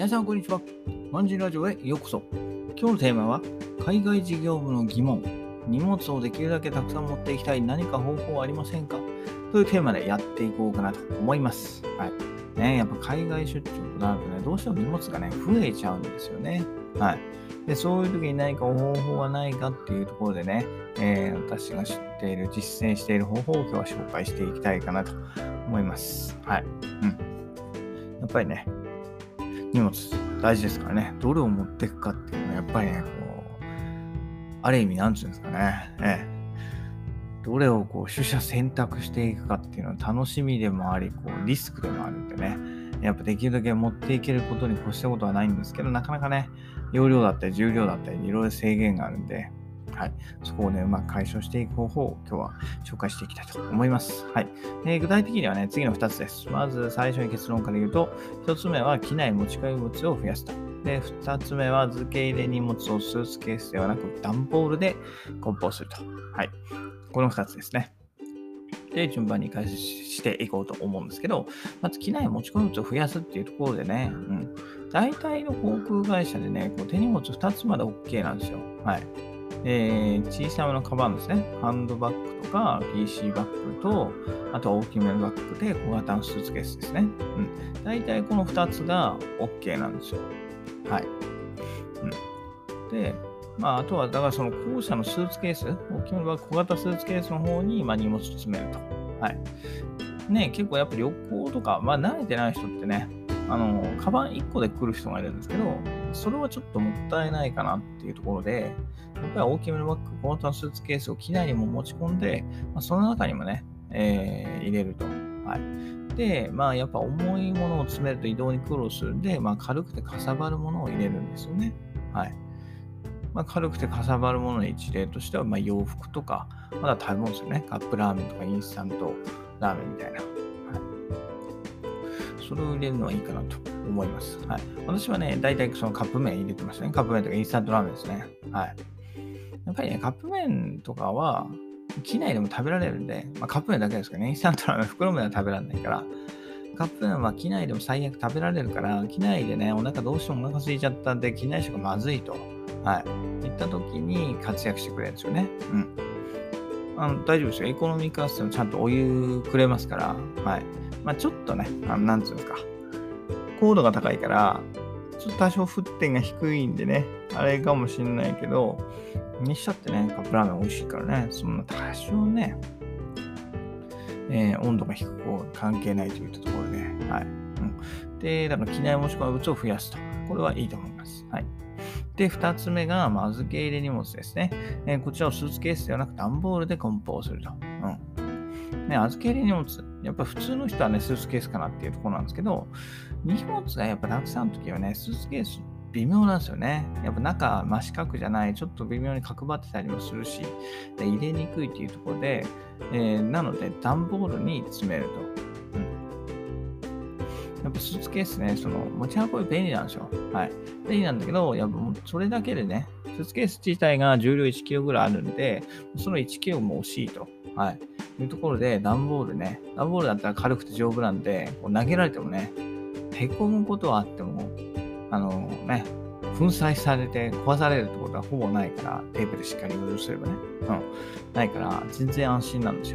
皆さんこんにちは。マンジラジオへようこそ。今日のテーマは海外事業部の疑問。荷物をできるだけたくさん持っていきたい何か方法はありませんかというテーマでやっていこうかなと思います。はい。やっぱ海外出張となるとね、どうしても荷物がね、増えちゃうんですよね。はい。で、そういう時に何か方法はないかっていうところでね、私が知っている、実践している方法を今日は紹介していきたいかなと思います。はい。やっぱりね、荷物大事ですからね、どれを持っていくかっていうのはやっぱりね、ある意味なんていうんですかね、どれを取捨選択していくかっていうのは楽しみでもあり、リスクでもあるんでね、やっぱできるだけ持っていけることに越したことはないんですけど、なかなかね、容量だったり重量だったりいろいろ制限があるんで、はい、そこをね、うまく解消していく方法を今日は紹介していきたいと思います。はい。具体的にはね、次の2つです。まず最初に結論から言うと、1つ目は機内持ち帰り物を増やすと。で、2つ目は付け入れ荷物をスーツケースではなく段ボールで梱包すると。はい。この2つですね。で、順番に解説していこうと思うんですけど、まず機内持ち込み物を増やすっていうところでね、大体の航空会社でね、手荷物2つまで OK なんですよ。はい。小さめのカバンですね。ハンドバッグとか PC バッグと、あとは大きめのバッグで小型のスーツケースですね。大体この2つが OK なんですよ。はい。で、あとは、だからその後者のスーツケース、大きめのバッグ、小型スーツケースの方に荷物を詰めると。はい。ね、結構やっぱり旅行とか、慣れてない人ってね、カバン1個で来る人がいるんですけど、それはちょっともったいないかなっていうところで、やっぱり大きめのバッグ、小型のスーツケースを機内にも持ち込んで、その中にもね、入れると。はい。で、やっぱ重いものを詰めると移動に苦労するんで、軽くてかさばるものを入れるんですよね。はい。軽くてかさばるものの一例としては、洋服とか、まだ食べ物ですよね。カップラーメンとかインスタントラーメンみたいな。はい。それを入れるのはいいかなと思います。はい。私はね、大体そのカップ麺入れてましたね。カップ麺とかインスタントラーメンですね。はい。やっぱりね、カップ麺とかは、機内でも食べられるんで、カップ麺だけですけどね、インスタントラーメン、袋麺は食べられないから、カップ麺は機内でも最悪食べられるから、機内でね、お腹どうしてもお腹空いちゃったんで、機内食まずいと。はい。行った時に活躍してくれるんですよね。大丈夫ですよ。エコノミークラスでもちゃんとお湯くれますから、はい。ちょっとね、なんつうんですか。高度が高いから、ちょっと多少沸点が低いんでね、あれかもしんないけど、にしたってね、カップラーメン美味しいからね、そんな多少ね、温度が低く関係ないといったところで、はい。で、だから機内持ち込み物を増やすと。これはいいと思います。はい。で、2つ目が、預け入れ荷物ですね。こちらをスーツケースではなく段ボールで梱包すると。預け入れ荷物。やっぱ普通の人はね、スーツケースかなっていうところなんですけど、荷物がやっぱたくさんの時はね、スーツケース微妙なんですよね。やっぱ中真四角じゃない、ちょっと微妙に角張ってたりもするし、で入れにくいっていうところで、なので段ボールに詰めると。やっぱスーツケースね、持ち運び便利なんですよ。はい。便利なんだけど、やっぱもうそれだけでね、スーツケース自体が重量1キロぐらいあるんで、その1キロも惜しいと。はい。いうところで、段ボールだったら軽くて丈夫なんで、投げられてもね、へこむことはあっても、粉砕されて壊されるってことはほぼないから、テープでしっかり補助すればね。ないから、全然安心なんですよ。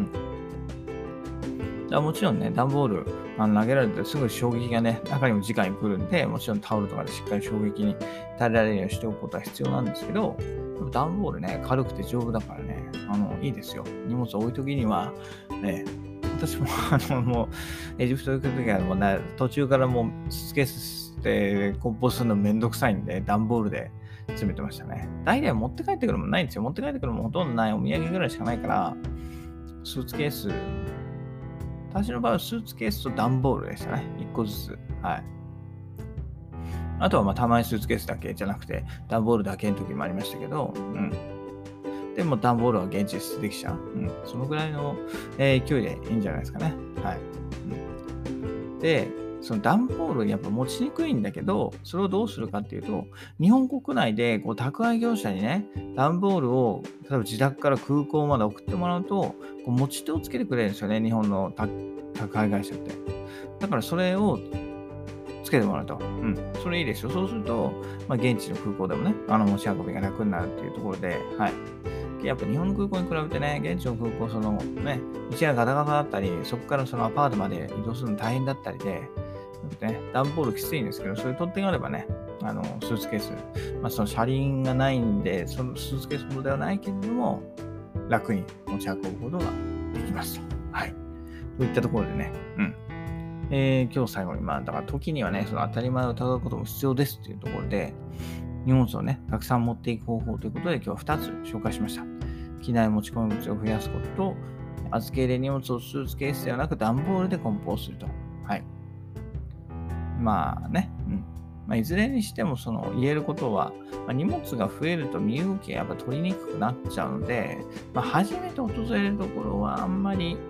もちろんね、段ボール投げられてすぐ衝撃がね、中にも直に来るんで、もちろんタオルとかでしっかり衝撃に耐えられるようにしておくことは必要なんですけど、段ボールね、軽くて丈夫だからね、いいですよ。荷物置いときには、ね、私ももう、エジプト行くときはもうね、途中からもうスーツケースで梱包するのめんどくさいんで、段ボールで詰めてましたね。大体持って帰ってくるもんないんですよ。持って帰ってくるもんほとんどない。お土産ぐらいしかないから、スーツケース、私の場合はスーツケースと段ボールでしたね。1個ずつ。はい。あとはたまにスーツケースだけじゃなくて、段ボールだけの時もありましたけど、でも段ボールは現地で捨ててきちゃう。そのぐらいの、勢いでいいんじゃないですかね。はい。で、その段ボールやっぱ持ちにくいんだけど、それをどうするかっていうと、日本国内で宅配業者にね、段ボールを例えば自宅から空港まで送ってもらうと、持ち手をつけてくれるんですよね、日本の宅配会社って。だからそれをつつけてもらうと。それいいですよ。そうすると、現地の空港でもね、持ち運びが楽になるっていうところで、はい。やっぱ日本の空港に比べてね、現地の空港、道がガタガタだったり、そこからそのアパートまで移動するの大変だったりで、段ボールきついんですけど、そういう取っ手があればね、スーツケース、その車輪がないんで、そのスーツケースほどではないけれども、楽に持ち運ぶことができますと。はい。といったところでね、今日最後に、だから時にはね、その当たり前を疑うことも必要ですっていうところで、荷物をね、たくさん持っていく方法ということで、今日は2つ紹介しました。機内持ち込み物を増やすことと、預け入れ荷物をスーツケースではなく段ボールで梱包すると。はい。いずれにしても言えることは、荷物が増えると身動きがやっぱ取りにくくなっちゃうので、初めて訪れるところはあんまり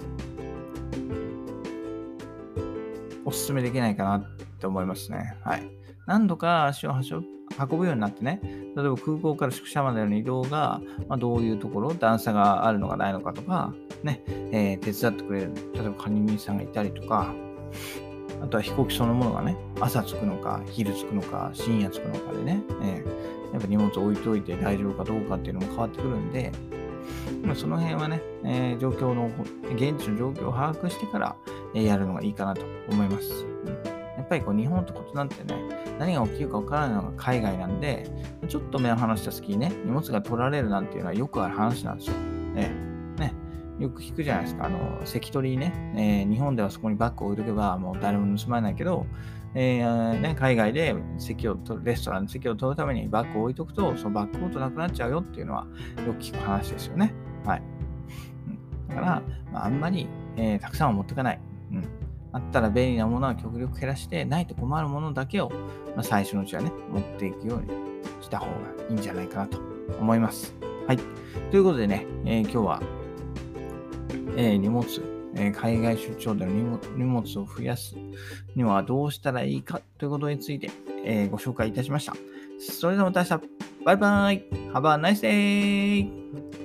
お勧めできないかなって思いますね。はい。何度か足を運ぶようになってね、例えば空港から宿舎までの移動が、どういうところ、段差があるのかないのかとか、手伝ってくれる、例えば管理人さんがいたりとか、あとは飛行機そのものがね、朝着くのか、昼着くのか、深夜着くのかでね、やっぱ荷物置いといて大丈夫かどうかっていうのも変わってくるんで、その辺はね、現地の状況を把握してから、やるのがいいかなと思います。やっぱり日本と異なってね、何が起きるか分からないのが海外なんで、ちょっと目を離した隙にね、荷物が取られるなんていうのはよくある話なんですよ。よく聞くじゃないですか。関取にね、日本ではそこにバッグを置いとけばもう誰も盗まれないけど、海外でレストランの席を取るためにバッグを置いとくと、そのバッグごとなくなっちゃうよっていうのはよく聞く話ですよね。はい。だから、あんまり、たくさんは持っていかない。あったら便利なものは極力減らして、ないと困るものだけを、最初のうちはね、持っていくようにした方がいいんじゃないかなと思います。はい。ということでね、今日は、荷物、海外出張での荷物を増やすにはどうしたらいいかということについて、ご紹介いたしました。それではまた明日。バイバイ。Have a nice day!